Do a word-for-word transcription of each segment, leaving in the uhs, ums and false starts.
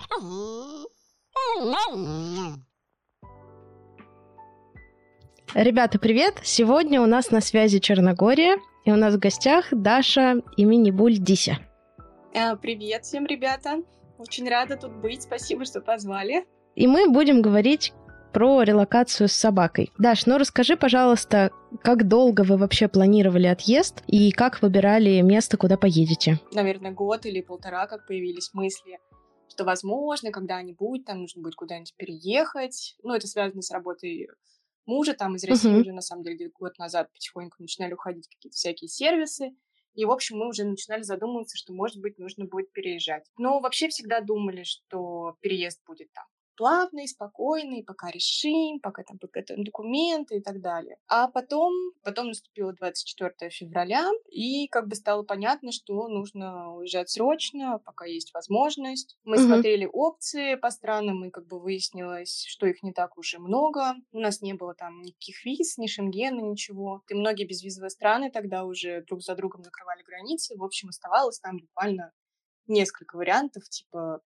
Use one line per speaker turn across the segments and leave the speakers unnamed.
Ребята, привет! Сегодня у нас на связи Черногория, и у нас в гостях Даша и мини-буль Дися.
Привет всем, ребята! Очень рада тут быть, спасибо, что позвали.
И мы будем говорить про релокацию с собакой. Даш, ну расскажи, пожалуйста, как долго вы вообще планировали отъезд и как выбирали место, куда поедете?
Наверное, год или полтора, как появились мысли, что, возможно, когда-нибудь там нужно будет куда-нибудь переехать. Ну, это связано с работой мужа, там из России uh-huh. уже, на самом деле, где-то год назад потихоньку начинали уходить какие-то всякие сервисы. И, в общем, мы уже начинали задумываться, что, может быть, нужно будет переезжать. Но вообще всегда думали, что переезд будет там плавный, спокойный, пока решим, пока там подготовим документы и так далее. А потом, потом наступило двадцать четвёртого февраля, и как бы стало понятно, что нужно уезжать срочно, пока есть возможность. Мы mm-hmm. смотрели опции по странам, и как бы выяснилось, что их не так уж и много. У нас не было там никаких виз, ни Шенгена, ничего. И многие безвизовые страны тогда уже друг за другом закрывали границы. В общем, оставалось там буквально несколько вариантов, типа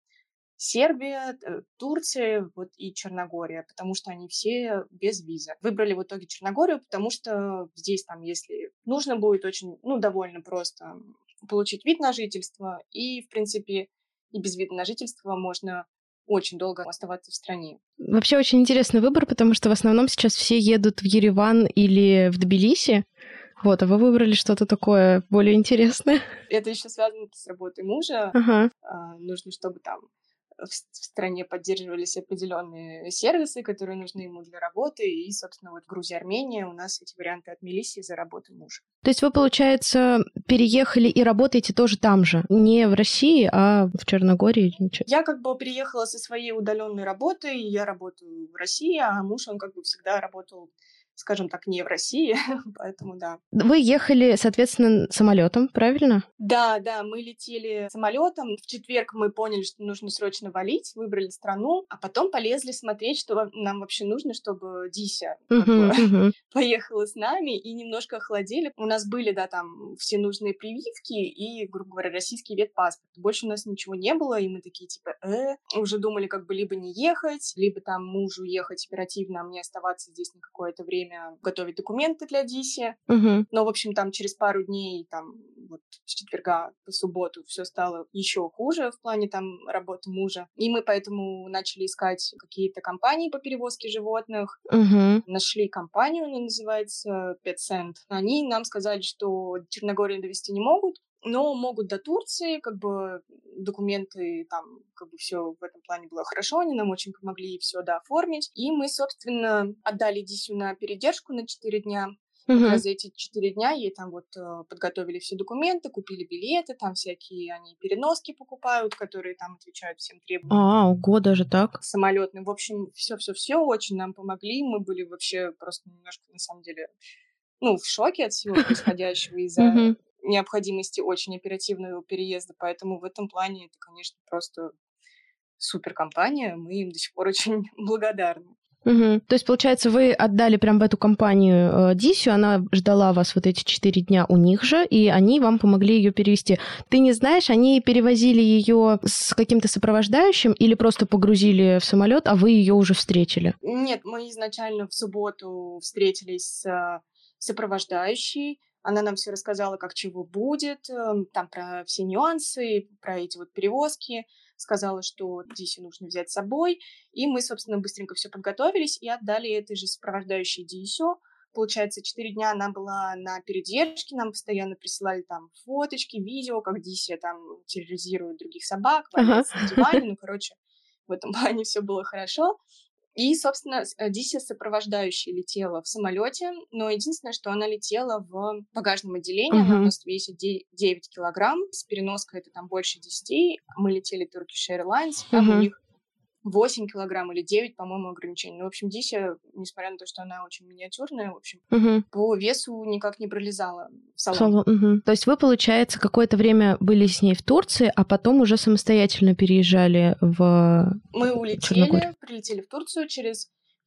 Сербия, Турция вот, и Черногория, потому что они все без визы. Выбрали в итоге Черногорию, потому что здесь, там, если нужно будет, очень, ну, довольно просто получить вид на жительство, и, в принципе, и без вида на жительство можно очень долго оставаться в стране.
Вообще очень интересный выбор, потому что в основном сейчас все едут в Ереван или в Тбилиси. Вот, а вы выбрали что-то такое более интересное.
Это еще связано с работой мужа.
Ага.
А, нужно, чтобы там в стране поддерживались определенные сервисы, которые нужны ему для работы, и, собственно, вот в Грузии, Армения у нас эти варианты отмелись из-за работы мужа.
То есть вы, получается, переехали и работаете тоже там же, не в России, а в Черногории?
Я как бы переехала со своей удаленной работы, я работаю в России, а муж, он как бы всегда работал, скажем так, не в России, поэтому да.
Вы ехали, соответственно, самолетом, правильно?
Да, да, мы летели самолетом. В четверг мы поняли, что нужно срочно валить, выбрали страну, а потом полезли смотреть, что нам вообще нужно, чтобы Дися
uh-huh,
как бы,
uh-huh.
поехала с нами, и немножко охладили. У нас были, да, там все нужные прививки и, грубо говоря, российский ветпаспорт. Больше у нас ничего не было, и мы такие, типа, э, уже думали, как бы либо не ехать, либо там мужу ехать оперативно, а мне оставаться здесь на какое-то время, готовить документы для Диси.
Uh-huh.
Но, в общем, там через пару дней, там, вот с четверга по субботу все стало еще хуже в плане там работы мужа. И мы поэтому начали искать какие-то компании по перевозке животных.
Uh-huh.
Нашли компанию, она называется PetSend. Они нам сказали, что Черногорию довезти не могут, но могут до Турции, как бы документы, там, как бы все в этом плане было хорошо, они нам очень помогли все, да, оформить. И мы, собственно, отдали Дисю на передержку на четыре дня. Как uh-huh. раз за эти четыре дня ей там вот э, подготовили все документы, купили билеты, там всякие они переноски покупают, которые там отвечают всем требованиям.
А, ого, даже так?
Самолетным. В общем, все-все-все очень нам помогли. Мы были вообще просто немножко, на самом деле, ну, в шоке от всего происходящего из-за uh-huh. необходимости очень оперативного переезда. Поэтому в этом плане это, конечно, просто суперкомпания. Мы им до сих пор очень благодарны.
Угу. То есть, получается, вы отдали прям в эту компанию э, Дисю, она ждала вас вот эти четыре дня у них же, и они вам помогли ее перевести. Ты не знаешь, они перевозили ее с каким-то сопровождающим или просто погрузили в самолет, а вы ее уже встретили?
Нет, мы изначально в субботу встретились с сопровождающей. Она нам все рассказала, как чего будет, там про все нюансы, про эти вот перевозки. Сказала, что Дисе нужно взять с собой. И мы, собственно, быстренько все подготовились и отдали этой же сопровождающей Дисю. Получается, четыре дня она была на передержке, нам постоянно присылали там фоточки, видео, как Дися там терроризирует других собак, валяется uh-huh. на диване. Ну, короче, в этом плане все было хорошо. И, собственно, Дися сопровождающая летела в самолете, но единственное, что она летела в багажном отделении, uh-huh. она у нас весит девять килограмм, с переноской это там больше десять, мы летели Turkish Airlines, там uh-huh. у них восемь килограмм или девять, по-моему, ограничений. Ну, в общем, Дися, несмотря на то, что она очень миниатюрная, в общем, uh-huh. по весу никак не пролезала в салон.
Салон, uh-huh. То есть вы, получается, какое-то время были с ней в Турции, а потом уже самостоятельно переезжали в
Мы улетели, прилетели в Турцию, через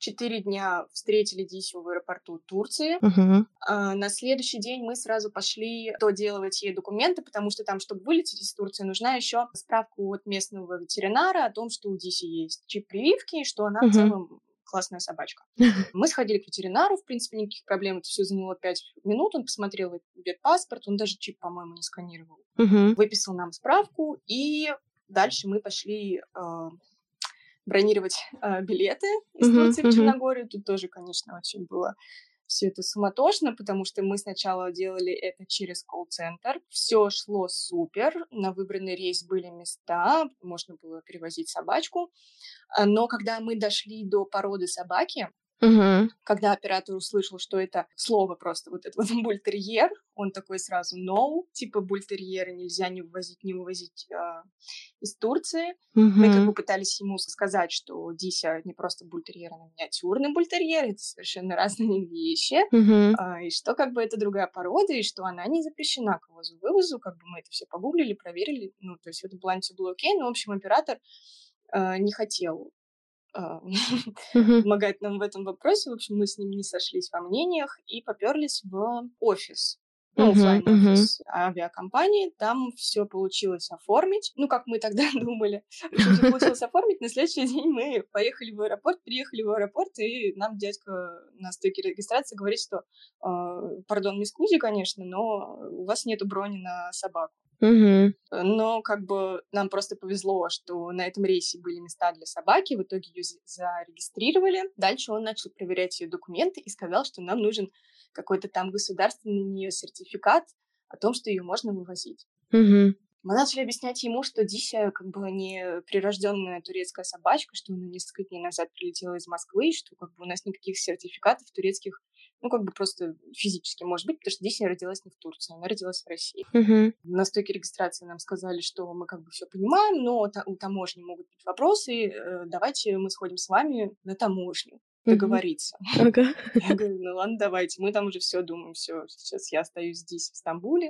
четыре дня встретили Дисю в аэропорту Турции.
Угу.
А на следующий день мы сразу пошли доделывать ей документы, потому что там, чтобы вылететь из Турции, нужна еще справка от местного ветеринара о том, что у Диси есть чип прививки, и что она
Угу.
в целом классная собачка. Мы сходили к ветеринару, в принципе, никаких проблем. Это все заняло пять минут. Он посмотрел ветпаспорт, он даже чип, по-моему, не сканировал.
Угу.
Выписал нам справку, и дальше мы пошли э, бронировать э, билеты из
Угу,
Турции в
угу.
Черногорию. Тут тоже, конечно, очень было все это суматошно, потому что мы сначала делали это через колл-центр. Все шло супер. На выбранный рейс были места, можно было перевозить собачку. Но когда мы дошли до породы собаки,
Угу.
когда оператор услышал, что это слово просто вот это вот бультерьер, он такой сразу no, типа бультерьера нельзя не вывозить, не вывозить э, из Турции.
Угу.
Мы как бы пытались ему сказать, что Дися не просто бультерьер, а миниатюрный бультерьер, это совершенно разные вещи,
Угу.
э, и что как бы это другая порода, и что она не запрещена к вывозу-вывозу, как бы мы это все погуглили, проверили, ну, то есть в этом плане все было окей, но, в общем, оператор э, не хотел
Угу.
помогать нам в этом вопросе. В общем, мы с ним не сошлись во мнениях и поперлись в офис, ну,
Мгм,
офлайн
мгм.
офис авиакомпании. Там все получилось оформить. Ну, как мы тогда думали. В общем, всё получилось оформить. На следующий день мы поехали в аэропорт, приехали в аэропорт, и нам дядька на стойке регистрации говорит, что э, пардон, мисс Кузи, конечно, но у вас нету брони на собаку.
Мгм.
Но как бы нам просто повезло, что на этом рейсе были места для собаки, в итоге ее зарегистрировали. Дальше он начал проверять ее документы и сказал, что нам нужен какой-то там государственный на нее сертификат о том, что ее можно вывозить.
Мгм.
Мы начали объяснять ему, что Дися как бы не прирожденная турецкая собачка, что она несколько дней назад прилетела из Москвы, и что как бы у нас никаких сертификатов турецких, ну как бы просто физически может быть, потому что Дися родилась не в Турции, она родилась в России.
Мгм.
На стойке регистрации нам сказали, что мы как бы все понимаем, но та- у таможни могут быть вопросы, э, давайте мы сходим с вами на таможню
Мгм.
договориться.
Ага.
Я говорю, ну ладно, давайте. Мы там уже все думаем, все, сейчас я остаюсь здесь, в Стамбуле,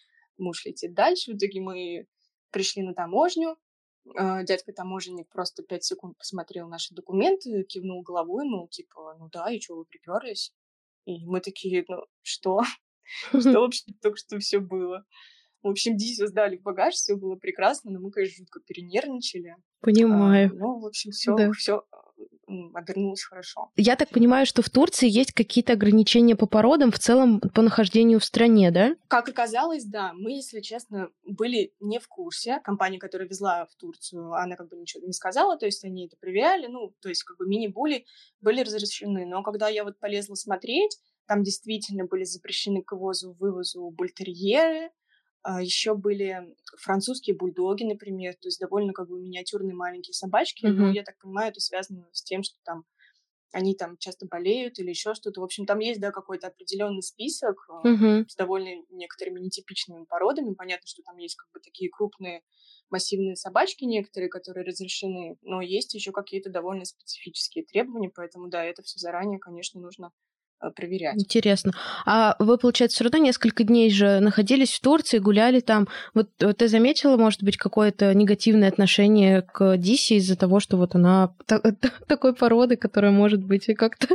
муж летит дальше. В итоге мы пришли на таможню. Э, Дядька-таможенник просто пять секунд посмотрел наши документы, кивнул головой, мол, типа, ну да, и что, вы приперлись? И мы такие, ну что? Что вообще только что все было? В общем, Дисю сдали в багаж, все было прекрасно, но мы, конечно, жутко перенервничали. А,
Понимаю.
Ну, в общем, все,
Да.
все обернулось хорошо.
Я так понимаю, что в Турции есть какие-то ограничения по породам в целом по нахождению в стране, да?
Как оказалось, да, мы, если честно, были не в курсе. Компания, которая везла в Турцию, она как бы ничего не сказала, то есть они это проверяли, ну, то есть как бы мини-були были разрешены. Но когда я вот полезла смотреть, там действительно были запрещены к ввозу-вывозу бультерьеры, а еще были французские бульдоги, например, то есть довольно как бы миниатюрные маленькие собачки, но
Мгм.
я так понимаю, это связано с тем, что там они там часто болеют или еще что-то. В общем, там есть, да, какой-то определенный список э,
Мгм.
с довольно некоторыми нетипичными породами. Понятно, что там есть как бы такие крупные массивные собачки некоторые, которые разрешены, но есть еще какие-то довольно специфические требования, поэтому, да, это все заранее, конечно, нужно э, проверять.
Интересно. А вы, получается, все равно несколько дней же находились в Турции, гуляли там. Вот э, ты заметила, может быть, какое-то негативное отношение к Дисе из-за того, что вот она та- такой породы, которая может быть и как-то...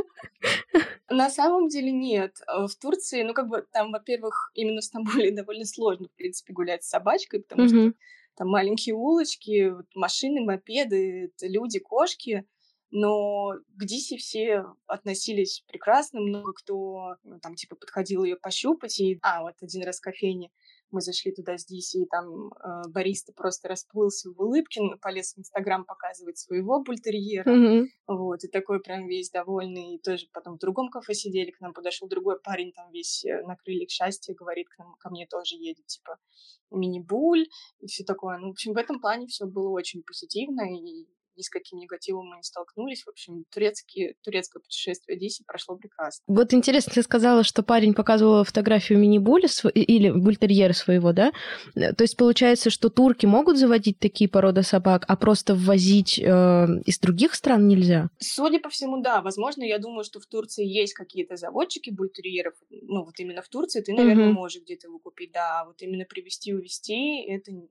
На самом деле нет. Э, В Турции, ну, как бы там, во-первых, именно в Стамбуле довольно сложно, в принципе, гулять с собачкой, потому что
Мгм.
там маленькие улочки, вот машины, мопеды, это люди, кошки. Но к Дисе все относились прекрасно. Много кто ну, там типа подходил ее пощупать. И... А, вот один раз в кофейне мы зашли туда с Дисей, и там э, бариста просто расплылся в улыбке, ну, полез в Инстаграм показывать своего бультерьера.
Мгм.
Вот, и такой прям весь довольный. И тоже потом в другом кафе сидели, к нам подошел другой парень, там весь э, на крыльях счастья, говорит, к нам, ко мне тоже едет, типа, мини-буль и все такое. Ну, в общем, в этом плане все было очень позитивно, и ни с каким негативом мы не столкнулись. В общем, турецкие, турецкое путешествие Диси прошло прекрасно.
Вот интересно, ты сказала, что парень показывал фотографию мини-буля св- или бультерьера своего, да? Э, То есть получается, что турки могут заводить такие породы собак, а просто ввозить э, из других стран нельзя?
Судя по всему, да. Возможно, я думаю, что в Турции есть какие-то заводчики бультерьеров. Ну, вот именно в Турции ты, наверное,
Мгм.
можешь где-то его купить, да. А вот именно привезти, увезти, это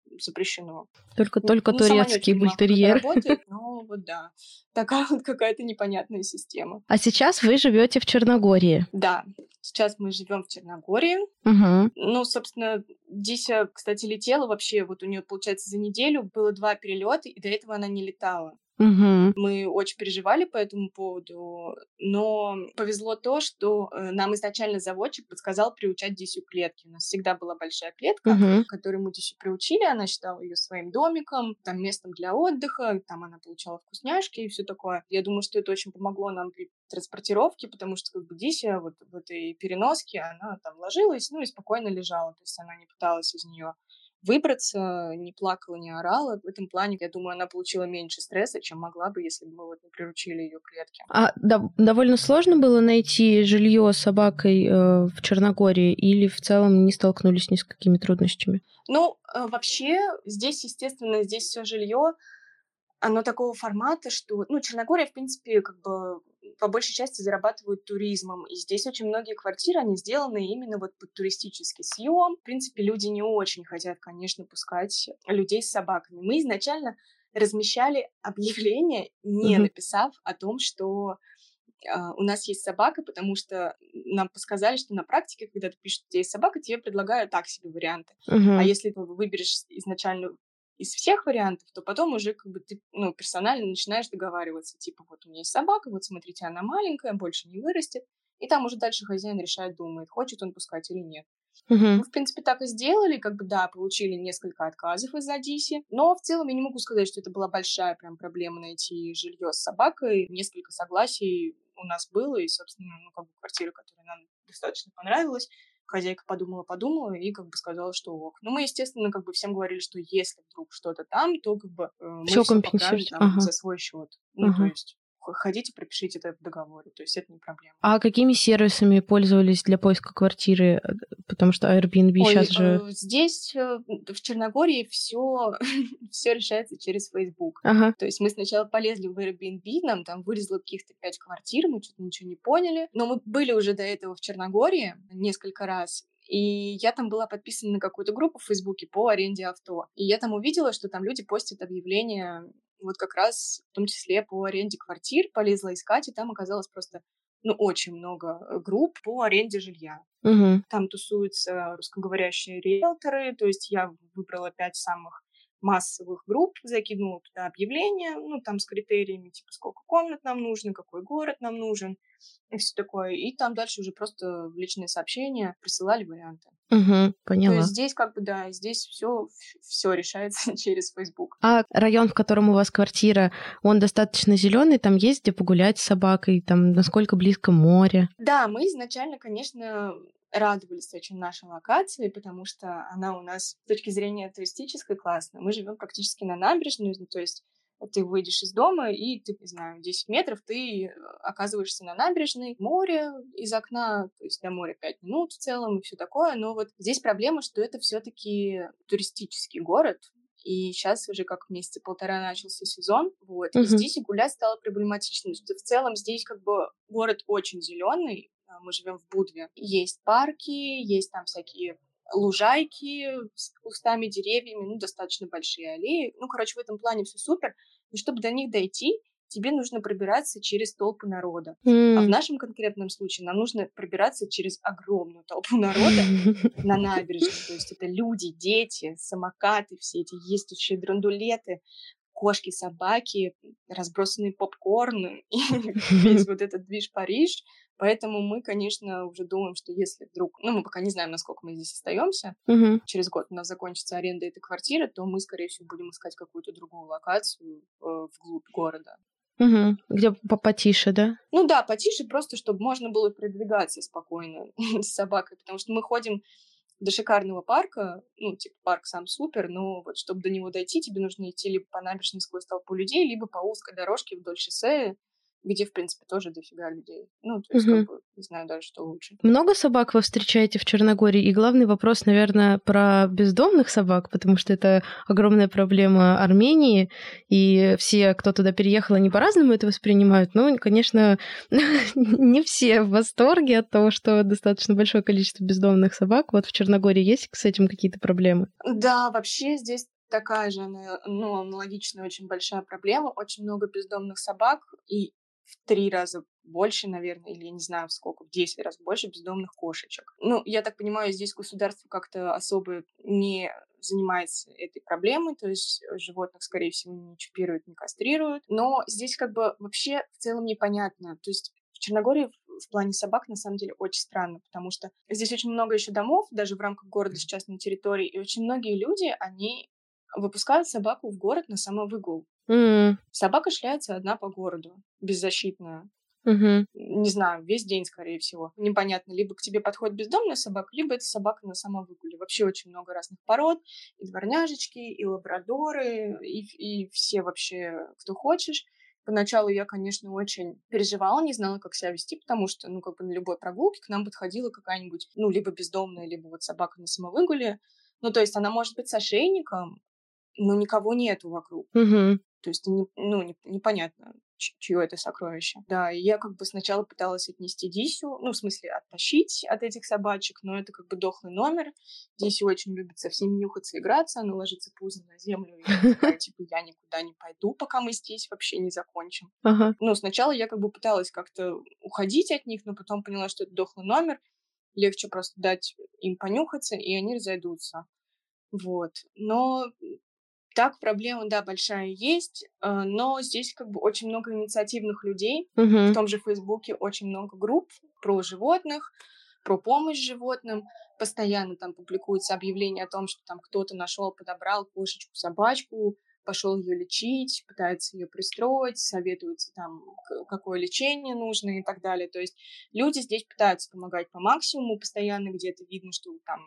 запрещено.
Только,
Ну,
только
ну, сама не
турецкий
очень понимаю, как это
бультерьер.
работает, но вот да, такая вот какая-то непонятная система.
А сейчас вы живете в Черногории?
Да, сейчас мы живем в Черногории.
Угу.
Ну, собственно, Дися, кстати, летела вообще, вот у нее, получается, за неделю было два перелета, и до этого она не летала.
Угу.
Мы очень переживали по этому поводу, но повезло то, что э, нам изначально заводчик подсказал приучать Дисю к клетке. У нас всегда была большая клетка,
Угу.
которую мы Дисю приучили, она считала ее своим домиком, там местом для отдыха, там она получала вкусняшки и все такое. Я думаю, что это очень помогло нам при транспортировке, потому что как бы Дися вот в этой переноске, она там ложилась, ну и спокойно лежала, то есть она не пыталась из нее выбраться, не плакала, не орала. В этом плане, я думаю, она получила меньше стресса, чем могла бы, если бы мы вот не приручили ее к клетке.
А да, довольно сложно было найти жилье с собакой э, в Черногории или в целом не столкнулись ни с какими трудностями?
Ну, э, вообще, здесь, естественно, здесь все жилье, оно такого формата, что, ну, Черногория, в принципе, как бы по большей части зарабатывают туризмом. И здесь очень многие квартиры, они сделаны именно вот под туристический съем. В принципе, люди не очень хотят, конечно, пускать людей с собаками. Мы изначально размещали объявление, не
Мгм.
написав о том, что а, у нас есть собака, потому что нам подсказали, что на практике, когда ты пишешь, у тебя есть собака, тебе предлагают так себе варианты.
Мгм.
А если ты выберешь изначально из всех вариантов, то потом уже как бы ты, ну, персонально начинаешь договариваться. Типа, вот у меня есть собака, вот смотрите, она маленькая, больше не вырастет. И там уже дальше хозяин решает, думает, хочет он пускать или нет.
Мгм.
Мы, в принципе, так и сделали, как бы, да, получили несколько отказов из-за Диси, но в целом я не могу сказать, что это была большая прям проблема найти жилье с собакой. Несколько согласий у нас было, и, собственно, ну, как бы квартира, которая нам достаточно понравилась, хозяйка подумала-подумала и как бы сказала, что ок. Ну, мы, естественно, как бы всем говорили, что если вдруг что-то там, то как бы э, мы
Всё
все поправим
компенсируете.
там
Ага.
за свой счет. Ну, то
Ага.
есть х- ходите, пропишите это в договоре, то есть это не проблема.
А какими сервисами пользовались для поиска квартиры? Э, Потому что Airbnb
Ой,
сейчас же...
э, здесь, э, в Черногории все все решается через Facebook.
Ага.
То есть мы сначала полезли в Airbnb, нам там вылезло каких-то пять квартир, мы что-то ничего не поняли. Но мы были уже до этого в Черногории несколько раз, и я там была подписана на какую-то группу в Фейсбуке по аренде авто. И я там увидела, что там люди постят объявления вот как раз в том числе по аренде квартир, полезла искать, и там оказалось просто ну, очень много э, групп по аренде жилья.
Угу.
Там тусуются русскоговорящие риэлторы, то есть я выбрала пять самых массовых групп, закинула туда объявления, ну, там с критериями, типа, сколько комнат нам нужно, какой город нам нужен, и все такое. И там дальше уже просто в личные сообщения присылали варианты.
Угу.
То
Поняла.
есть здесь как бы, да, здесь все, все решается через Facebook.
А район, в котором у вас квартира, он достаточно зеленый, там есть где погулять с собакой, там насколько близко море?
Да, мы изначально, конечно, радовались очень нашей локации, потому что она у нас с точки зрения туристической классная. Мы живем практически на набережной, ну, то есть ты выйдешь из дома, и ты, не знаю, десять метров ты оказываешься на набережной, море из окна, то есть до моря пять минут в целом и все такое. Но вот здесь проблема, что это все-таки туристический город, и сейчас уже как месяца полтора начался сезон, вот, и
Мгм.
здесь и гулять стало проблематично, что в целом здесь как бы город очень зеленый, мы живем в Будве, есть парки, есть там всякие лужайки с кустами, деревьями, ну, достаточно большие аллеи. Ну, короче, в этом плане все супер. Но чтобы до них дойти, тебе нужно пробираться через толпы народа. А в
М.
нашем конкретном случае нам нужно пробираться через огромную толпу народа на набережной. То есть это люди, дети, самокаты, все эти ездящие драндулеты, кошки, собаки, разбросанный попкорн и весь вот этот движ Париж. Поэтому мы, конечно, уже думаем, что если вдруг... Ну, мы пока не знаем, насколько мы здесь остаемся.
Мгм.
Через год у нас закончится аренда этой квартиры, то мы, скорее всего, будем искать какую-то другую локацию э, вглубь города.
Мгм. Где по- потише, да?
Ну да, потише, просто чтобы можно было передвигаться спокойно с собакой, потому что мы ходим до шикарного парка, ну, типа, парк сам супер, но вот чтобы до него дойти, тебе нужно идти либо по набережной сквозь толпу людей, либо по узкой дорожке вдоль шоссе, где, в принципе, тоже дофига людей. Ну, то есть,
Мгм.
как бы, не знаю даже, что лучше.
Много собак вы встречаете в Черногории? И главный вопрос, наверное, про бездомных собак, потому что это огромная проблема Армении, и все, кто туда переехал, они по-разному это воспринимают. Ну, конечно, не все в восторге от того, что достаточно большое количество бездомных собак. Вот в Черногории есть с этим какие-то проблемы?
Да, вообще здесь такая же, она, ну, аналогичная, очень большая проблема. Очень много бездомных собак, и в три раза больше, наверное, или я не знаю в сколько, в десять раз больше бездомных кошечек. Ну, я так понимаю, здесь государство как-то особо не занимается этой проблемой, то есть животных, скорее всего, не чипируют, не кастрируют. Но здесь как бы вообще в целом непонятно. То есть в Черногории в плане собак на самом деле очень странно, потому что здесь очень много еще домов, даже в рамках города сейчас на территории, и очень многие люди, они выпускают собаку в город на самовыгул.
Mm.
Собака шляется одна по городу, беззащитная.
Mm-hmm.
Не знаю, весь день, скорее всего. Непонятно, либо к тебе подходит бездомная собака, либо это собака на самовыгуле. Вообще очень много разных пород. И дворняжечки, и лабрадоры, и, и все вообще, кто хочешь. Поначалу я, конечно, очень переживала, не знала, как себя вести, потому что, ну, как бы на любой прогулке к нам подходила какая-нибудь, ну, либо бездомная, либо вот собака на самовыгуле. Ну, то есть она может быть с ошейником, но никого нету вокруг.
Mm-hmm.
То есть, не, ну, не, непонятно, чье это сокровище. Да, и я как бы сначала пыталась отнести Дисю, ну, в смысле, оттащить от этих собачек, но это как бы дохлый номер. Дися очень любит со всеми нюхаться, играться, она ложится пузом на землю, и я такая, типа, я никуда не пойду, пока мы здесь вообще не закончим.
Ага.
Ну, сначала я как бы пыталась как-то уходить от них, но потом поняла, что это дохлый номер, легче просто дать им понюхаться, и они разойдутся. Вот. Но так, проблема, да, большая есть, но здесь как бы очень много инициативных людей.
Mm-hmm.
В том же Фейсбуке очень много групп про животных, про помощь животным. Постоянно там публикуются объявления о том, что там кто-то нашел, подобрал кошечку, собачку, пошел ее лечить, пытается ее пристроить, советуются там, какое лечение нужно и так далее. То есть люди здесь пытаются помогать по максимуму, постоянно где-то видно, что там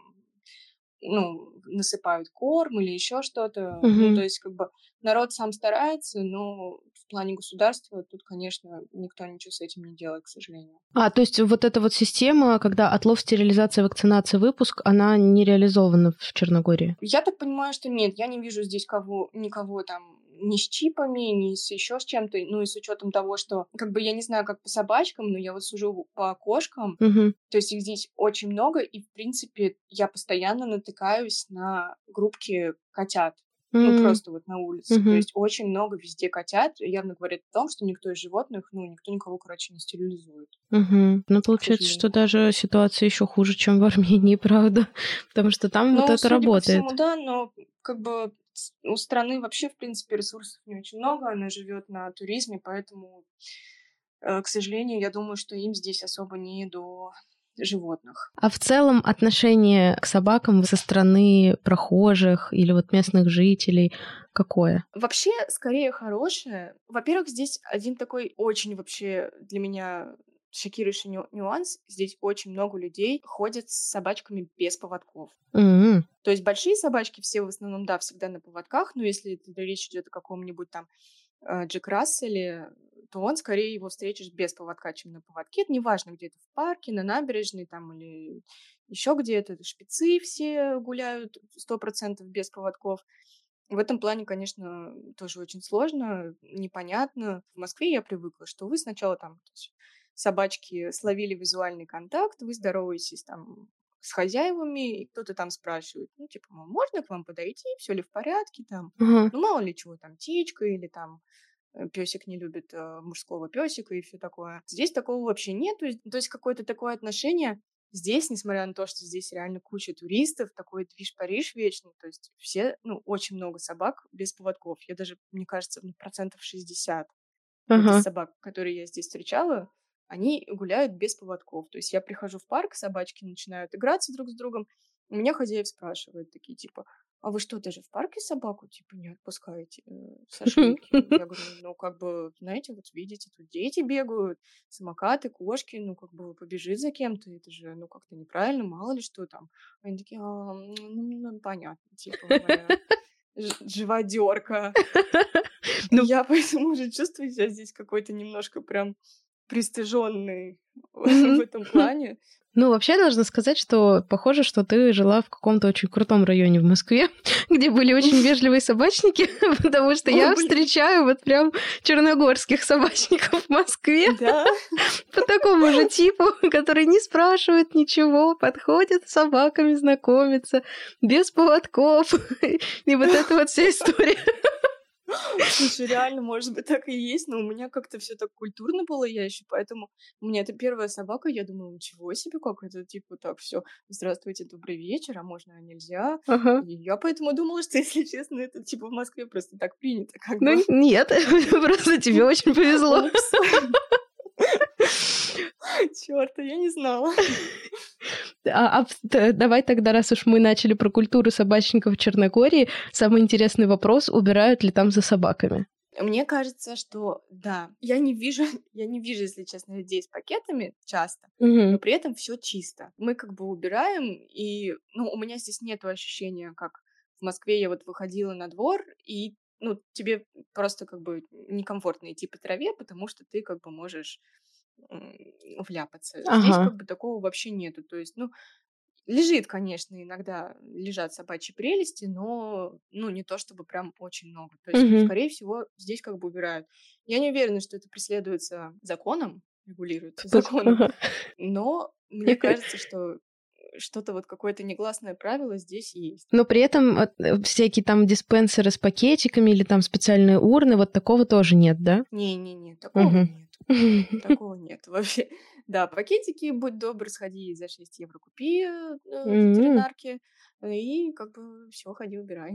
ну, насыпают корм или еще что-то.
Mm-hmm.
Ну, то есть, как бы, народ сам старается, но в плане государства тут, конечно, никто ничего с этим не делает, к сожалению.
А, то есть вот эта вот система, когда отлов, стерилизация, вакцинация, выпуск, она не реализована в Черногории?
Я так понимаю, что нет. Я не вижу здесь кого, никого там ни с чипами, ни с еще с чем-то, ну и с учетом того, что, как бы, я не знаю, как по собачкам, но я вот сужу по кошкам,
угу.
То есть их здесь очень много, и, в принципе, я постоянно натыкаюсь на группки котят, mm-hmm. ну, просто вот на улице. Mm-hmm. То есть очень много везде котят, явно говорит о том, что никто из животных, ну, никто никого, короче, не стерилизует.
Угу. Ну, получается, что даже ситуация еще хуже, чем в Армении, правда? Потому что там
ну,
вот это
судя
работает.
по всему, да, но как бы у страны вообще, в принципе, ресурсов не очень много, она живет на туризме, поэтому, э, к сожалению, я думаю, что им здесь особо не до животных.
А в целом отношение к собакам со стороны прохожих или вот местных жителей какое?
Вообще, скорее, хорошее. Во-первых, здесь один такой очень вообще для меня шокирующий нюанс. Здесь очень много людей ходят с собачками без поводков.
Mm-hmm.
То есть большие собачки все в основном, да, всегда на поводках, но если речь идет о каком-нибудь там Джек Расселе, то он скорее его встретишь без поводка, чем на поводке. Это неважно, где-то в парке, на набережной там или еще где-то. Шпицы все гуляют сто процентов без поводков. В этом плане, конечно, тоже очень сложно, непонятно. В Москве я привыкла, что вы сначала там собачки словили визуальный контакт, вы здороваетесь там с хозяевами, и кто-то там спрашивает, ну, типа, можно к вам подойти, все ли в порядке там,
uh-huh.
ну, мало ли чего, там, птичка или там песик не любит э, мужского песика и все такое. Здесь такого вообще нет, то есть, то есть какое-то такое отношение здесь, несмотря на то, что здесь реально куча туристов, такой движ-Париж вечный, то есть все, ну, очень много собак без поводков. Я даже, мне кажется, ну, процентов шестьдесят uh-huh. вот из собак, которые я здесь встречала, они гуляют без поводков. То есть я прихожу в парк, собачки начинают играться друг с другом, у меня хозяев спрашивают такие, типа, а вы что, даже в парке собаку, типа, не отпускаете э, со швейки? Я говорю, ну, как бы, знаете, вот видите, тут дети бегают, самокаты, кошки, ну, как бы побежит за кем-то, это же, ну, как-то неправильно, мало ли что там. Они такие, а, ну, ну, понятно, типа, моя живодерка. Я поэтому уже чувствую себя здесь какой-то немножко прям пристыженный в
Мгм.
этом плане.
Ну, вообще, должна сказать, что похоже, что ты жила в каком-то очень крутом районе в Москве, где были очень вежливые собачники, потому что
Ой,
я
блин,
встречаю вот прям черногорских собачников в Москве
да.
по такому же типу, которые не спрашивают ничего, подходят с собаками, знакомятся, без поводков. И вот это вот вся история.
Слушай, реально, может быть, так и есть, но у меня как-то все так культурно было, я еще поэтому у меня это первая собака, я думала, ничего себе, как это, типа, так все, здравствуйте, добрый вечер, а можно, а нельзя?
Ага.
И я поэтому думала, что, если честно, это, типа, в Москве просто так принято, как
Ну
бы.
нет, просто тебе очень повезло.
Упс. Чёрт, я не знала.
А, а в- т- давай тогда, раз уж мы начали про культуру собачников в Черногории, самый интересный вопрос, убирают ли там за собаками?
Мне кажется, что да, я не вижу, я не вижу, если честно, людей с пакетами часто, но
Мгм.
при этом все чисто. Мы как бы убираем, и, ну, у меня здесь нету ощущения, как в Москве я вот выходила на двор, и, ну, тебе просто как бы некомфортно идти по траве, потому что ты как бы можешь м, вляпаться. Здесь
Ага.
как бы такого вообще нету. То есть, ну, лежит, конечно, иногда лежат собачьи прелести, но, ну, не то чтобы прям очень много. То есть,
Мгм.
скорее всего, здесь как бы убирают. Я не уверена, что это преследуется законом, регулируется
Пос-
законом,
ага.
но мне кажется, что что-то вот какое-то негласное правило здесь есть.
Но при этом э, э, всякие там диспенсеры с пакетиками или там специальные урны, вот такого тоже нет, да?
Не-не-не, такого
Мгм.
нет. Такого нет вообще. Да, пакетики, будь добр, сходи за шесть евро купи э, в
М.
ветеринарке, э, и как бы все, ходи, убирай.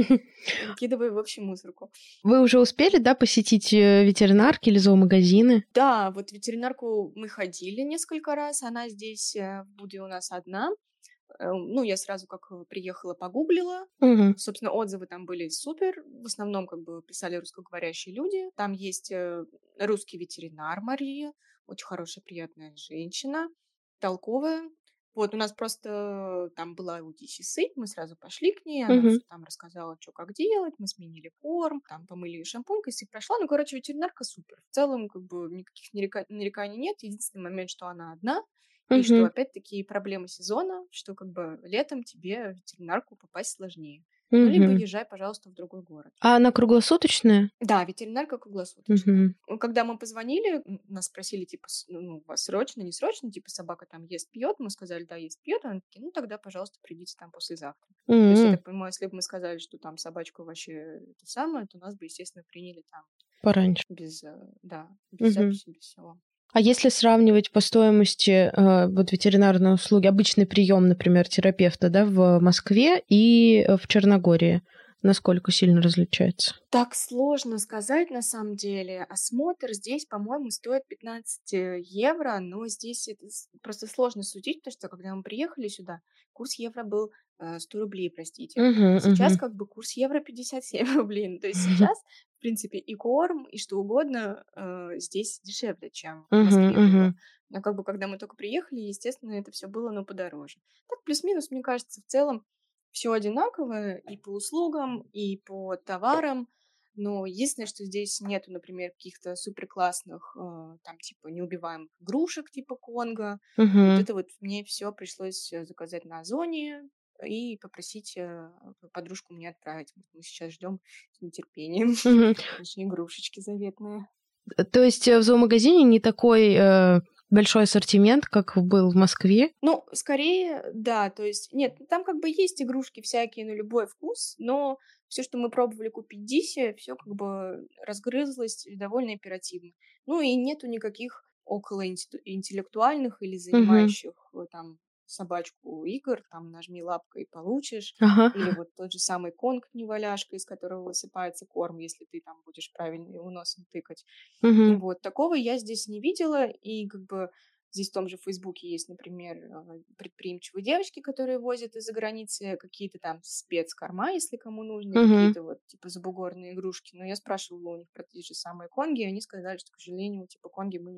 Выкидывай в общую мусорку.
Вы уже успели, да, посетить э, ветеринарки или зоомагазины?
Да, вот в ветеринарку мы ходили несколько раз, она здесь э, в Буде у нас одна. Э, Ну, я сразу как э, приехала, погуглила.
Мгм.
Собственно, отзывы там были супер. В основном как бы писали русскоговорящие люди. Там есть э, русский ветеринар Мария, очень хорошая, приятная женщина, толковая. Вот, у нас просто там была у Диси сыпь, мы сразу пошли к ней, она
Мгм.
все там рассказала, что как делать, мы сменили корм, там помыли ее шампунькой, сыпь прошла. Ну, короче, ветеринарка супер. В целом, как бы, никаких нарека- нареканий нет. Единственный момент, что она одна, и что,
Мгм.
опять-таки, проблема сезона, что как бы летом тебе в ветеринарку попасть сложнее. Ну, либо
Мгм.
езжай, пожалуйста, в другой город.
А она круглосуточная?
Да, ветеринарка круглосуточная.
Мгм.
Ну, когда мы позвонили, м, нас спросили, типа, с- ну, у вас срочно, не срочно, типа, собака там ест, пьет. Мы сказали, да, ест, пьет. Они такие, ну, тогда, пожалуйста, придите там послезавтра. То есть, я
М.
так понимаю, если бы мы сказали, что там собачку вообще это самое, то нас бы, естественно, приняли там
Пораньше.
без, э, да, без
Мгм.
записи, без всего.
А если сравнивать по стоимости э, вот ветеринарной услуги, обычный прием, например, терапевта, да, в Москве и э, в Черногории, насколько сильно различается?
Так сложно сказать, на самом деле. Осмотр здесь, по-моему, стоит пятнадцать э, евро, но здесь это с- просто сложно судить, потому что когда мы приехали сюда, курс евро был э, сто рублей, простите.
Мгм,
А сейчас
мгм.
как бы курс евро пятьдесят семь рублей. Ну, то есть сейчас, в принципе, и корм, и что угодно э, здесь дешевле, чем в
Мгм,
Москве было.
мгм.
Но как бы когда мы только приехали, естественно, это все было, ну, подороже. Так, плюс-минус, мне кажется, в целом все одинаковое и по услугам, и по товарам. Но единственное, что здесь нету, например, каких-то супер классных, э, там, типа, неубиваемых игрушек, типа Конга. Вот
Мгм.
это вот мне все пришлось э, заказать на Озоне и попросить э, подружку мне отправить. Вот мы сейчас ждем с нетерпением
Мгм.
наши игрушечки заветные.
Э, То есть э, в зоомагазине не такой э, большой ассортимент, как был в Москве?
Ну, скорее, да, то есть, нет, ну, там как бы есть игрушки всякие на любой вкус, но все, что мы пробовали купить Дисе, все как бы разгрызлось довольно оперативно. Ну и нету никаких около интеллектуальных или
Мгм.
занимающих э, там собачку игр, там нажми лапкой и получишь,
Ага.
или вот тот же самый конг-неваляшка, из которого высыпается корм, если ты там будешь правильно его носом тыкать.
Мгм.
Вот, такого я здесь не видела, и как бы здесь в том же Фейсбуке есть, например, э, предприимчивые девочки, которые возят из-за границы какие-то там спецкорма, если кому нужно,
Мгм.
какие-то вот типа забугорные игрушки. Но я спрашивала у них про те же самые конги, и они сказали, что, к сожалению, типа конги мы не возим.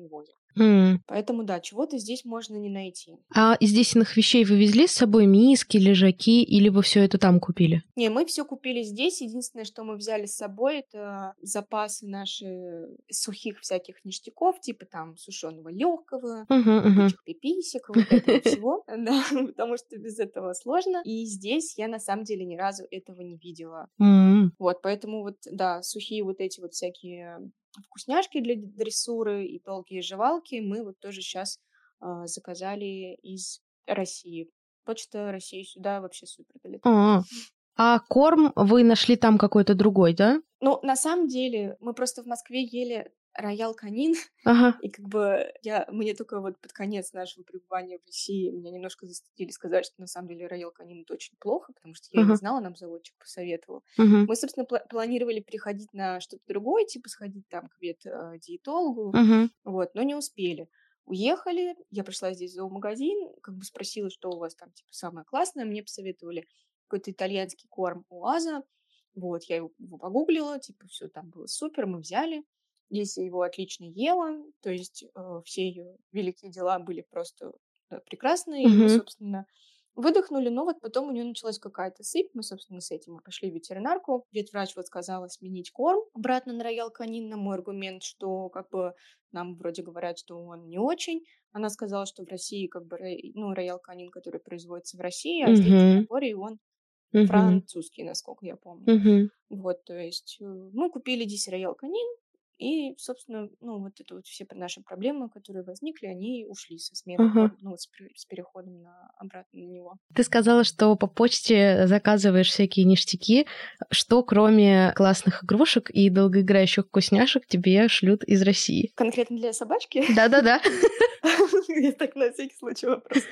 Mm.
Поэтому, да, чего-то здесь можно не найти.
А из здесиных вещей вы везли с собой миски, лежаки, или вы все это там купили?
Не, мы все купили здесь. Единственное, что мы взяли с собой, это запасы наши сухих всяких ништяков, типа там сушеного легкого,
Uh-huh, uh-huh.
пиписек, вот этого всего, да, потому что без этого сложно. И здесь я на самом деле ни разу этого не видела.
Mm.
Вот, поэтому вот, да, сухие вот эти вот всякие вкусняшки для дрессуры и долгие жевалки мы вот тоже сейчас э, заказали из России. Почта России сюда вообще супер долетает.
А, а корм вы нашли там какой-то другой, да?
Ну, на самом деле, мы просто в Москве ели роял канин,
Ага.
и как бы я, мне только вот под конец нашего пребывания в России меня немножко застыдили сказать, что на самом деле роял канин это очень плохо, потому что я
Ага.
не знала, нам заводчик посоветовал.
Мгм.
Мы, собственно, пла- планировали переходить на что-то другое, типа сходить там к вет-диетологу,
Мгм.
вот, но не успели. Уехали, я пришла здесь в зоомагазин, как бы спросила, что у вас там, типа, самое классное, мне посоветовали какой-то итальянский корм Оаза, вот, я его, его погуглила, типа, все там было супер, мы взяли. Здесь я его отлично ела, то есть э, все ее великие дела были просто да, прекрасные, и мы,
Мгм.
собственно, выдохнули, но вот потом у нее началась какая-то сыпь, мы, собственно, с этим и пошли в ветеринарку. Ветврач вот сказала сменить корм обратно на роял канин, на мой аргумент, что как бы нам вроде говорят, что он не очень. Она сказала, что в России как бы, рой- ну, роял канин, который производится в России, а здесь в
Мгм.
Черногории он
Мгм.
французский, насколько я помню.
Мгм.
Вот, то есть э, мы купили здесь роял канин, и, собственно, ну, вот это вот все наши проблемы, которые возникли, они ушли со сменой
Ага.
корма, ну, вот с, пре- с переходом на, обратно на него.
Ты сказала, что по почте заказываешь всякие ништяки. Что, кроме классных игрушек и долгоиграющих вкусняшек, тебе шлют из России?
Конкретно для собачки?
Да-да-да.
Я так на всякий случай вопрос.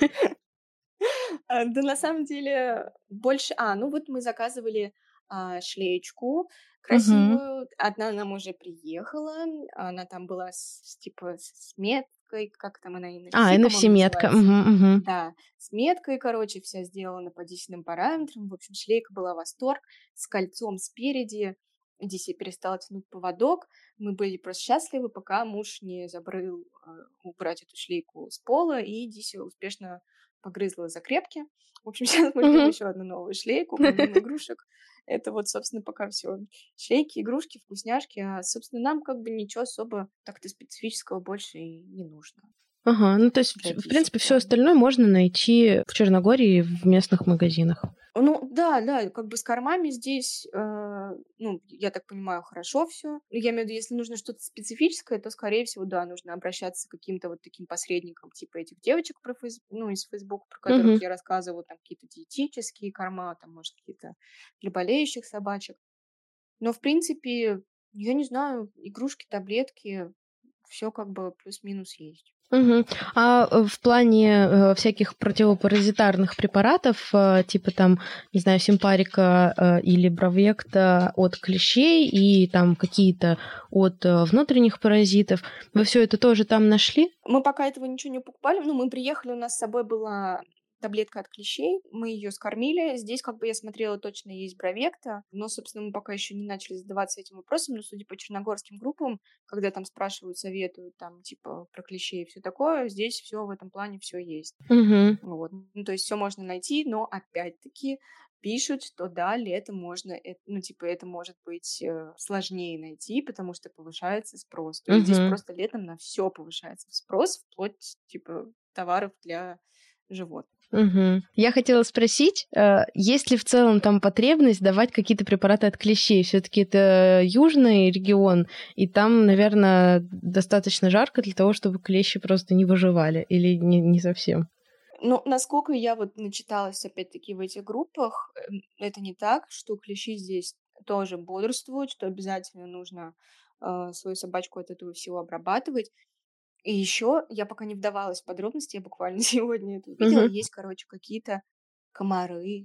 А, Да на самом деле больше... А, ну вот мы заказывали а, шлеечку
Мгм.
красивую. Одна нам уже приехала. Она там была с, с, типа с меткой, как там она,
А,
эн эф си, по-моему,
эн эф си-метка.
называется.
Мгм, мгм.
Да, с меткой, короче, вся сделана по десятым параметрам. В общем, шлейка была восторг, с кольцом спереди. Здесь я перестала тянуть поводок. Мы были просто счастливы, пока муж не забрыл э, убрать эту шлейку с пола, и Диси успешно погрызла закрепки. В общем, сейчас мы ждем
Мгм.
еще одну новую шлейку, помимо игрушек. Это вот, собственно, пока все. Шлейки, игрушки, вкусняшки. А, собственно, нам как бы ничего особо так-то специфического больше и не нужно
Ага, ну то есть,
для
в
Диси
принципе,
в
все
плане.
остальное можно найти в Черногории в местных магазинах.
Ну да, да, как бы с кормами здесь, э, ну, я так понимаю, хорошо все. Я имею в виду, если нужно что-то специфическое, то, скорее всего, да, нужно обращаться к каким-то вот таким посредникам, типа этих девочек про фейс... ну, из Фейсбука, про которых
Мгм.
я рассказывала, там какие-то диетические корма, там, может, какие-то для болеющих собачек. Но, в принципе, я не знаю, игрушки, таблетки, все как бы плюс-минус есть.
Мгм. А э, в плане э, всяких противопаразитарных препаратов, э, типа там, не знаю, симпарика э, или бравекта от клещей и там какие-то от э, внутренних паразитов, вы все это тоже там нашли?
Мы пока этого ничего не покупали. Ну, мы приехали, у нас с собой была таблетка от клещей, мы ее скормили. Здесь, как бы я смотрела, точно есть бравекта, но, собственно, мы пока еще не начали задаваться этим вопросом, но, судя по черногорским группам, когда там спрашивают, советуют, там, типа, про клещей и все такое, здесь все в этом плане все есть.
Угу.
Вот. Ну, то есть все можно найти, но, опять-таки, пишут, что да, летом можно, э- ну, типа, это может быть э, сложнее найти, потому что повышается спрос. То есть здесь
Угу.
просто летом на все повышается спрос, вплоть, типа, товаров для животных.
Угу. Я хотела спросить, э, есть ли в целом там потребность давать какие-то препараты от клещей? Все-таки это южный регион, и там, наверное, достаточно жарко для того, чтобы клещи просто не выживали, или не, не совсем?
Ну, насколько я вот начиталась, опять-таки, в этих группах, эм, это не так, что клещи здесь тоже бодрствуют, что обязательно нужно э, свою собачку от этого всего обрабатывать. И еще я пока не вдавалась в подробности, я буквально сегодня это увидела.
Угу.
Есть, короче, какие-то комары,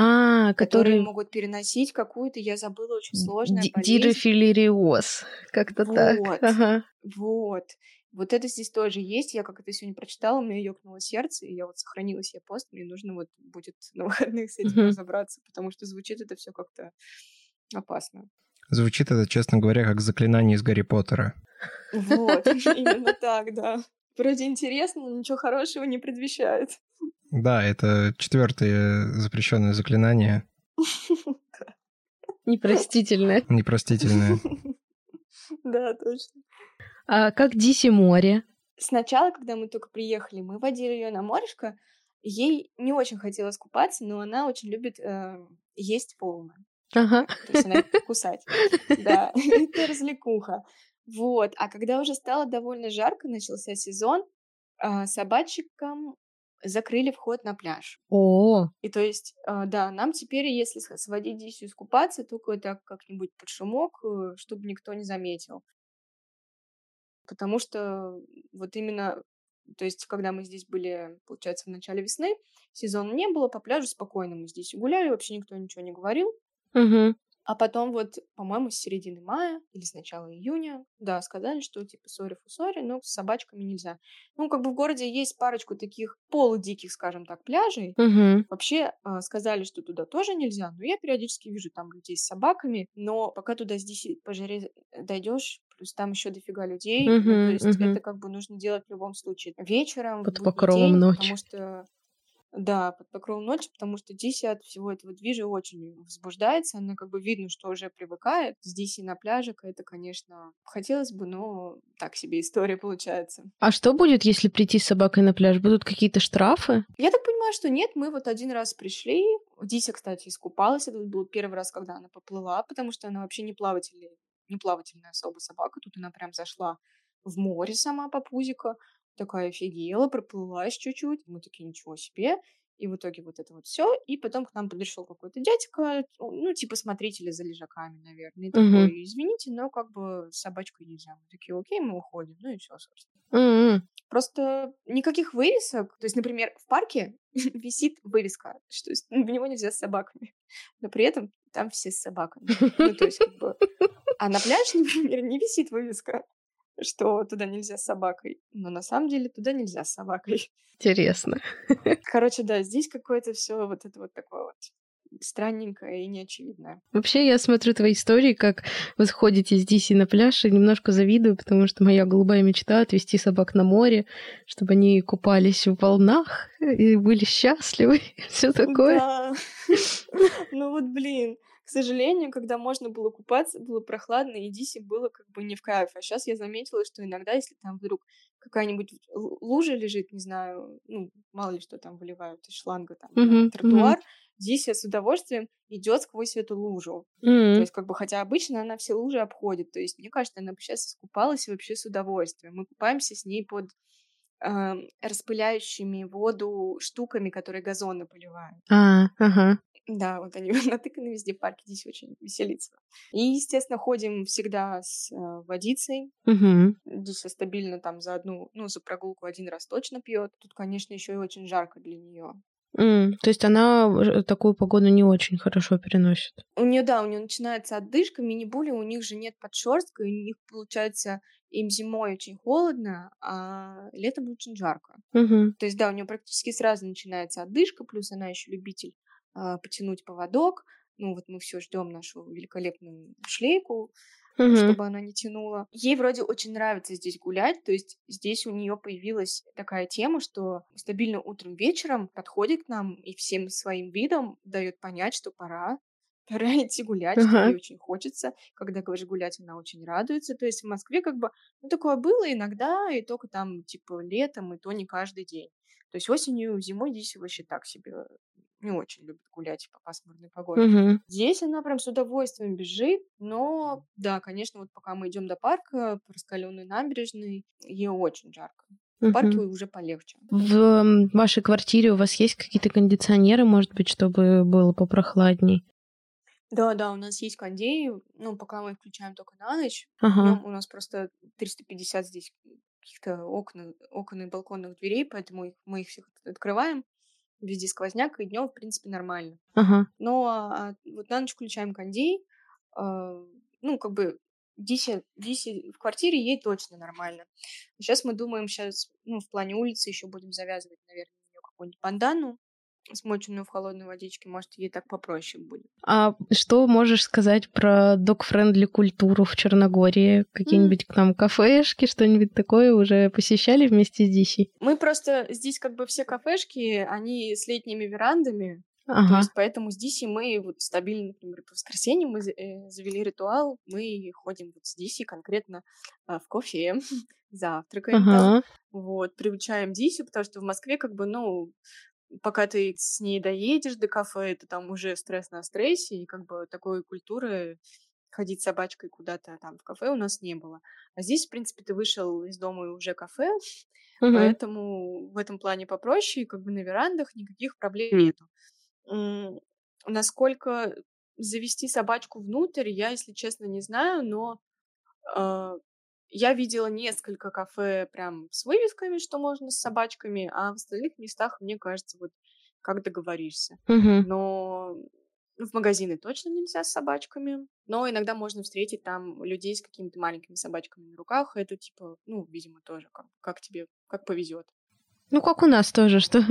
А,
которые
который
могут переносить какую-то, я забыла, очень сложная
ди-
болезнь.
дирофилариоз, как-то так.
Вот,
Ага.
вот. Вот это здесь тоже есть. Я как это сегодня прочитала, у меня ёкнуло сердце, и я вот сохранила себе пост, мне нужно вот будет на выходных с этим
Мгм.
разобраться, потому что звучит это все как-то опасно.
Звучит это, честно говоря, как заклинание из Гарри Поттера.
Вот, именно так, да. Вроде интересно, но ничего хорошего не предвещает.
Да, это четвертое запрещенное заклинание.
Непростительное.
Непростительное.
Да, точно.
А как Диси море?
Сначала, когда мы только приехали, мы водили ее на морешко. Ей не очень хотелось купаться, но она очень любит э, есть волны.
Ага.
То есть она любит кусать. Да, это развлекуха. Вот. А когда уже стало довольно жарко, начался сезон, э, собачкам закрыли вход на пляж.
О,
И то есть, э, да, нам теперь, если сх- сводить Дисю искупаться, только так как-нибудь под шумок, э, чтобы никто не заметил. Потому что вот именно, то есть, когда мы здесь были, получается, в начале весны, сезона не было, по пляжу спокойно мы здесь гуляли, вообще никто ничего не говорил.
угу.
А потом вот, по-моему, с середины мая или с начала июня, да, сказали, что типа сори фусори, но с собачками нельзя. Ну, как бы в городе есть парочку таких полудиких, скажем так, пляжей.
Угу.
Вообще а, сказали, что туда тоже нельзя, но я периодически вижу там людей с собаками, но пока туда здесь по жаре дойдешь, плюс там еще дофига людей, ну, то
Угу.
есть
Угу.
это как бы нужно делать в любом случае вечером, в
Под
будний
покровом
день,
ночи.
потому что да, под покровом ночи, потому что Диси от всего этого движа очень возбуждается. Она как бы видно, что уже привыкает. С Диси на пляжик это, конечно, хотелось бы, но так себе история получается.
А что будет, если прийти с собакой на пляж? Будут какие-то штрафы?
Я так понимаю, что нет. Мы вот один раз пришли. Дися, кстати, искупалась. Это был первый раз, когда она поплыла, потому что она вообще не плавательная, не плавательная особо собака. Тут она прям зашла в море сама по пузико. Такая офигела, проплылась чуть-чуть. Мы такие, ничего себе. И в итоге вот это вот все. И потом к нам подошел какой-то дядька, ну, типа смотрителя за лежаками, наверное. И
Угу.
такой, извините, но как бы с собачкой нельзя. Мы такие, окей, мы уходим. Ну и все, собственно.
Угу.
Просто никаких вывесок. То есть, например, в парке висит вывеска, что в него нельзя с собаками. Но при этом там все с собаками. Ну, то есть, как бы... А на пляже, например, не висит вывеска, что туда нельзя с собакой. Но на самом деле туда нельзя с собакой.
Интересно.
Короче, да, здесь какое-то все вот это вот такое вот странненькое и неочевидное.
Вообще, я смотрю твои истории, как вы сходите с Диси на пляж, и немножко завидую, потому что моя голубая мечта — отвезти собак на море, чтобы они купались в волнах и были счастливы, все такое.
Да. Ну вот, блин, к сожалению, когда можно было купаться, было прохладно, и Диси было как бы не в кайф. А сейчас я заметила, что иногда, если там вдруг какая-нибудь л- лужа лежит, не знаю, ну, мало ли что там выливают из шланга там на
Мгм, мгм.
тротуар, Диси с удовольствием идет сквозь эту лужу. То
М.
есть, как бы, хотя обычно она все лужи обходит. То есть, мне кажется, она бы сейчас искупалась вообще с удовольствием. Мы купаемся с ней под эм, распыляющими воду штуками, которые газоны поливают.
А, ага.
Да, вот они натыканы везде в парке, здесь очень веселится. И, естественно, ходим всегда с э, водицей.
Мгм.
Диса стабильно там за одну, ну, за прогулку один раз точно пьет. Тут, конечно, еще и очень жарко для нее.
М, То есть она ж- такую погоду не очень хорошо переносит.
У нее, да, у нее начинается отдышка, мини-були, у них же нет подшерстка, и у них, получается, им зимой очень холодно, а летом очень жарко.
Мгм.
То есть, да, у нее практически сразу начинается отдышка, плюс она еще любитель а, потянуть поводок. Ну, вот мы все ждем нашу великолепную шлейку,
Мгм.
чтобы она не тянула. Ей вроде очень нравится здесь гулять, то есть здесь у нее появилась такая тема, что стабильно утром, вечером подходит к нам и всем своим видом дает понять, что пора, пора идти гулять, что
Ага.
ей очень хочется. Когда говоришь гулять, она очень радуется. То есть в Москве как бы, ну, такое было иногда, и только там, типа, летом, и то не каждый день. То есть осенью, зимой здесь вообще так себе не очень любит гулять по пасмурной погоде.
Мгм.
Здесь она прям с удовольствием бежит, но да, конечно, вот пока мы идем до парка, по раскаленной набережной, ей очень жарко. В парке
Мгм.
уже полегче.
В м, вашей квартире у вас есть какие-то кондиционеры, может быть, чтобы было попрохладней?
Да, да, у нас есть кондей, ну, пока мы их включаем только на ночь.
Ага.
Днем у нас просто триста пятьдесят здесь каких-то окон, окон и балконных дверей, поэтому их- мы их всех открываем. Везде сквозняк, и днем, в принципе, нормально.
Ага.
Но а, вот на ночь включаем кондей. а, ну, как бы Дисе, Дисе в квартире ей точно нормально. Сейчас мы думаем, сейчас, ну, в плане улицы еще будем завязывать, наверное, у нее какую-нибудь бандану, смоченную в холодной водичке, может, ей так попроще будет.
А что можешь сказать про dog-friendly культуру в Черногории? Какие-нибудь к нам кафешки, что-нибудь такое уже посещали вместе с Дисей?
Мы просто... Здесь как бы все кафешки, они с летними верандами.
Ага.
То есть поэтому с Дисей мы вот стабильно, например, по воскресеньям мы завели ритуал, мы ходим вот с Дисей конкретно в кафе, завтракаем
ага.
там, вот, приучаем Дисю, потому что в Москве как бы, ну, пока ты с ней доедешь до кафе, это там уже стресс на стрессе, и как бы такой культуры ходить с собачкой куда-то там в кафе у нас не было. А здесь, в принципе, ты вышел из дома и уже кафе, угу. Поэтому в этом плане попроще, и как бы на верандах никаких проблем нету. М- насколько завести собачку внутрь, я, если честно, не знаю, но э- я видела несколько кафе прям с вывесками, что можно с собачками, а в остальных местах, мне кажется, вот как договоришься.
Угу.
Но в магазины точно нельзя с собачками, но иногда можно встретить там людей с какими-то маленькими собачками на руках. Это типа, ну, видимо, тоже как, как тебе, как повезет.
Ну, как у нас тоже, что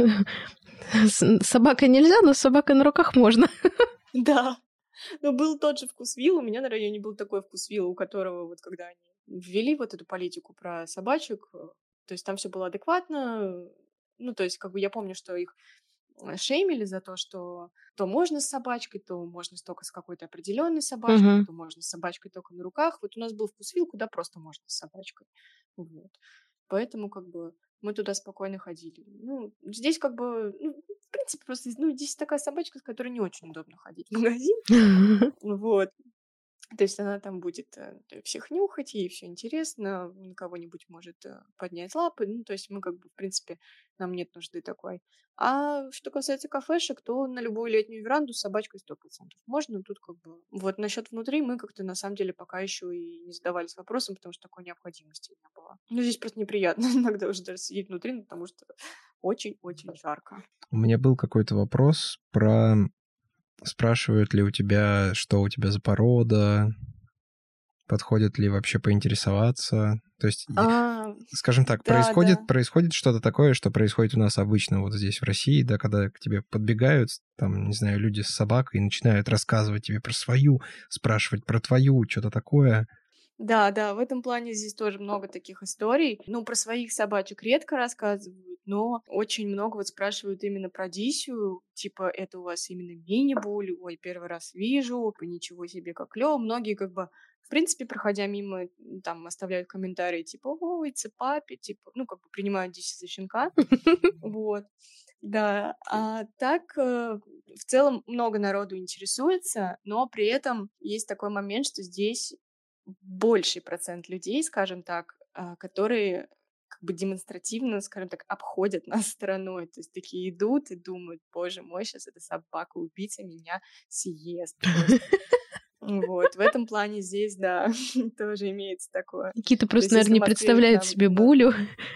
с собакой нельзя, но с собакой на руках можно.
Да. Но был тот же вкусвилл, у меня на районе был такой вкусвилл, у которого вот когда они ввели вот эту политику про собачек, то есть там все было адекватно, ну, то есть как бы я помню, что их шеймили за то, что то можно с собачкой, то можно только с какой-то определенной собачкой, uh-huh. то можно с собачкой только на руках. Вот у нас был вкусвилл, куда просто можно с собачкой. Вот. Поэтому как бы мы туда спокойно ходили. Ну, здесь как бы, ну, в принципе, просто ну, здесь такая собачка, с которой не очень удобно ходить в магазин. Вот. То есть она там будет э, всех нюхать, ей все интересно, на кого-нибудь может э, поднять лапы. Ну, то есть мы как бы, в принципе, нам нет нужды такой. А что касается кафешек, то на любую летнюю веранду с собачкой сто процентов можно. Тут как бы... Вот насчет внутри мы как-то на самом деле пока еще и не задавались вопросом, потому что такой необходимости не было. Ну, здесь просто неприятно иногда уже даже сидеть внутри, потому что очень-очень жарко.
У меня был какой-то вопрос про... Спрашивают ли у тебя, что у тебя за порода, подходит ли вообще поинтересоваться. То есть,
а,
скажем так,
да,
происходит,
да.
происходит что-то такое, что происходит у нас обычно вот здесь, в России, да, когда к тебе подбегают, там, не знаю, люди с собакой и начинают рассказывать тебе про свою, спрашивать про твою, что-то такое.
Да, да, в этом плане здесь тоже много таких историй. Ну, про своих собачек редко рассказывают, но очень много вот спрашивают именно про Дисю, типа, это у вас именно мини-буль, ой, первый раз вижу, ничего себе, как клёво. Многие как бы, в принципе, проходя мимо, там, оставляют комментарии, типа, ой, it's a puppy, типа, ну, как бы принимают Дисю за щенка, вот. Да, а так в целом много народу интересуется, но при этом есть такой момент, что здесь больший процент людей, скажем так, которые как бы демонстративно, скажем так, обходят нас стороной. То есть такие идут и думают, боже мой, сейчас эта собака-убийца меня съест просто. Вот, в этом плане здесь, да, тоже имеется такое.
Никита просто, наверное, не представляет себе булю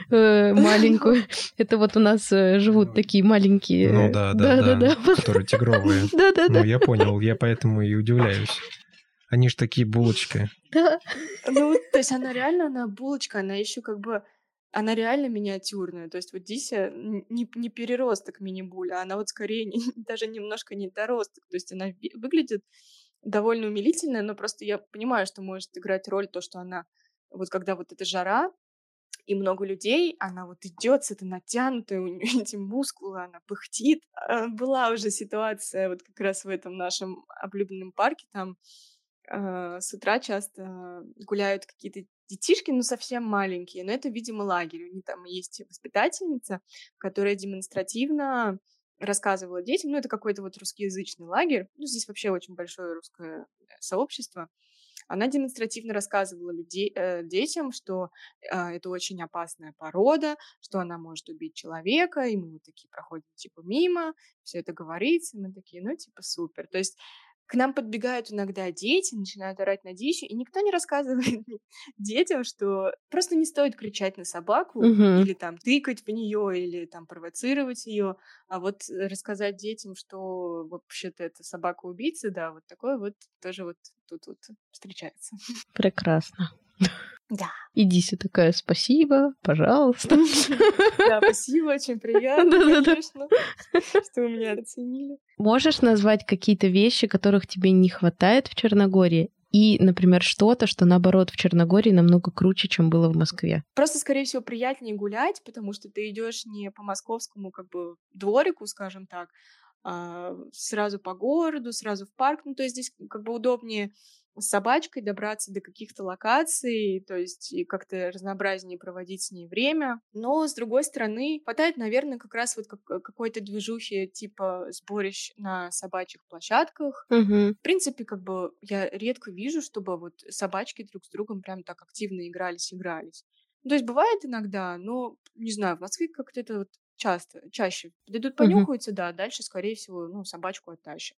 маленькую. Это вот у нас живут такие маленькие...
Ну да, да, да, которые тигровые.
Да-да-да.
Ну, я понял, я поэтому и удивляюсь. Они ж такие булочки.
Да. Ну, то есть она реально, она булочка, она еще как бы, она реально миниатюрная. То есть вот Дися не, не переросток мини-буля, она вот скорее не, даже немножко не доросток. То есть она выглядит довольно умилительно, но просто я понимаю, что может играть роль то, что она, вот когда вот эта жара, и много людей, она вот идет с этой натянутой, у нее эти мускулы, она пыхтит. Была уже ситуация вот как раз в этом нашем облюбленном парке, там э, с утра часто гуляют какие-то детишки, ну, совсем маленькие, но это, видимо, лагерь. У них там есть воспитательница, которая демонстративно рассказывала детям, ну, это какой-то вот русскоязычный лагерь, ну, здесь вообще очень большое русское сообщество. Она демонстративно рассказывала людей, э, детям, что э, это очень опасная порода, что она может убить человека, и мы вот такие проходим типа мимо, все это говорится, и мы такие, ну, типа, супер. То есть к нам подбегают иногда дети, начинают орать на Дисю, и никто не рассказывает детям, что просто не стоит кричать на собаку
Мгм.
или там тыкать в нее, или там провоцировать ее, а вот рассказать детям, что вообще-то это собака-убийца, да, вот такое вот тоже вот тут вот встречается.
Прекрасно.
Да.
И Дися такая: спасибо, пожалуйста.
Да, спасибо, очень приятно, конечно, что вы меня оценили.
Можешь назвать какие-то вещи, которых тебе не хватает в Черногории? И, например, что-то, что, наоборот, в Черногории намного круче, чем было в Москве?
Просто, скорее всего, приятнее гулять, потому что ты идешь не по московскому, как бы, дворику, скажем так, а сразу по городу, сразу в парк. Ну, то есть здесь как бы удобнее с собачкой добраться до каких-то локаций, то есть и как-то разнообразнее проводить с ней время. Но, с другой стороны, хватает, наверное, как раз вот как, какой-то движухи типа сборищ на собачьих площадках.
Угу.
В принципе, как бы я редко вижу, чтобы вот собачки друг с другом прям так активно игрались-игрались. Ну, то есть бывает иногда, но, не знаю, в Москве как-то это вот часто, чаще. Подойдут, понюхаются, угу. Да, дальше, скорее всего, ну, собачку оттащат.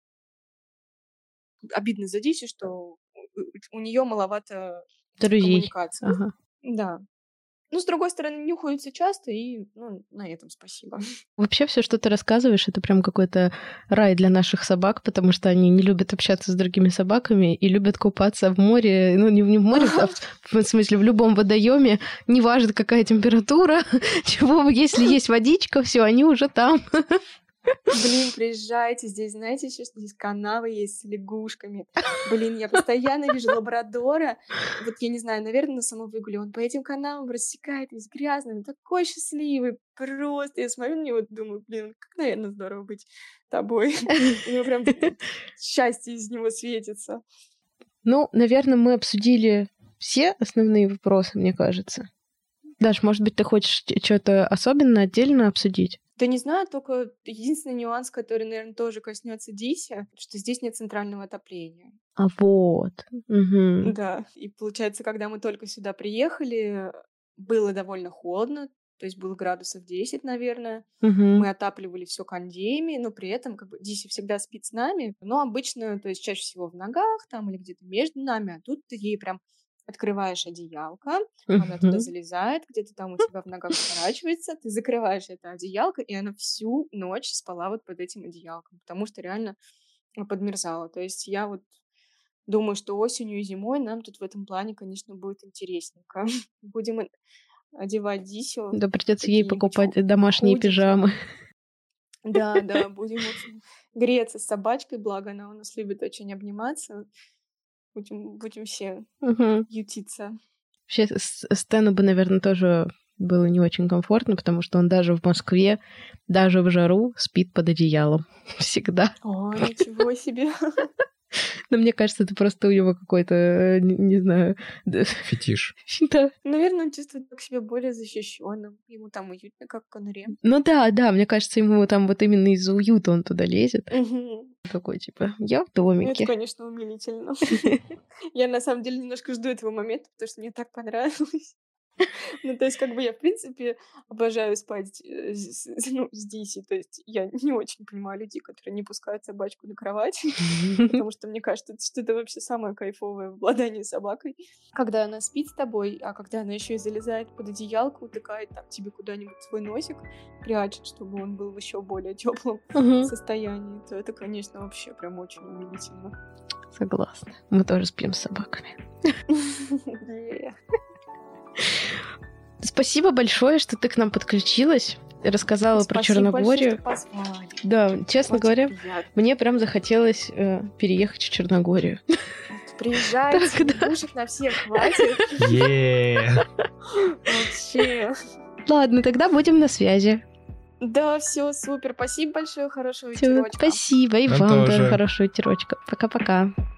Обидно за Дисю, что у нее маловато
друзей.
Коммуникации.
Ага.
Да. Ну, с другой стороны, нюхаются часто, и ну, на этом спасибо.
Вообще, все, что ты рассказываешь, это прям какой-то рай для наших собак, потому что они не любят общаться с другими собаками и любят купаться в море, ну, не в море, а в смысле в любом водоеме, неважно, какая температура, чего, если есть водичка, все, они уже там.
Блин, приезжайте, здесь, знаете, еще здесь канавы есть с лягушками. Блин, я постоянно вижу лабрадора. Вот я не знаю, наверное, на самом выгуле он по этим канавам рассекает весь грязный, он такой счастливый, просто. Я смотрю на него, думаю, блин, как, наверное, здорово быть тобой. У него прям счастье из него светится.
Ну, наверное, мы обсудили все основные вопросы, мне кажется. Даш, может быть, ты хочешь что-то особенно отдельно обсудить?
Да не знаю, только единственный нюанс, который, наверное, тоже коснется Диси, что здесь нет центрального отопления.
А вот. Угу.
Да. И получается, когда мы только сюда приехали, было довольно холодно, то есть было градусов десять, наверное.
Угу.
Мы отапливали все кондеями, но при этом как бы Диси всегда спит с нами, но обычно, то есть чаще всего в ногах там или где-то между нами, а тут ты ей прям открываешь одеялко,
uh-huh.
она туда залезает, где-то там у тебя в ногах сворачивается, ты закрываешь это одеялко, и она всю ночь спала вот под этим одеялком, потому что реально подмерзала. То есть я вот думаю, что осенью и зимой нам тут в этом плане, конечно, будет интересненько. Будем одевать Дисю.
Да, придется ей покупать домашние ходить. Пижамы.
Да, да, будем очень греться с собачкой, благо она у нас любит очень обниматься. Будем, будем все
угу.
ютиться.
Вообще, Стэну бы, наверное, тоже было не очень комфортно, потому что он даже в Москве, даже в жару спит под одеялом. Всегда.
О, ничего себе.
Но мне кажется, это просто у него какой-то, не, не знаю...
Фетиш.
Да.
Наверное, он чувствует себя более защищенным. Ему там уютно, как в конуре.
Ну да, да, мне кажется, ему там вот именно из-за уюта он туда лезет.
Угу.
Такой, типа, я в домике.
Это, конечно, умилительно. Я, на самом деле, немножко жду этого момента, потому что мне так понравилось. Ну, то есть, как бы я, в принципе, обожаю спать с, ну, с Диси. То есть я не очень понимаю людей, которые не пускают собачку на кровать, потому что мне кажется, что это вообще самое кайфовое в обладании собакой. Когда она спит с тобой, а когда она еще и залезает под одеялко, утыкает там тебе куда-нибудь свой носик, прячет, чтобы он был в еще более теплом uh-huh. состоянии, то это, конечно, вообще прям очень умилительно.
Согласна. Мы тоже спим с собаками.
Yeah.
Спасибо большое, что ты к нам подключилась, рассказала
Спасибо
про Черногорию.
Большое, что позвали.
Да, честно
Очень
говоря,
приятно.
Мне прям захотелось э, переехать в Черногорию.
Приезжайте, лягушек на всех хватит.
Yeah.
Вообще.
Ладно, тогда будем на связи.
Да, все, супер. Спасибо большое, хорошего
Всё,
вечерочка.
Спасибо, и
Вам
вам
тоже.
тоже хорошего вечерочка. Пока-пока.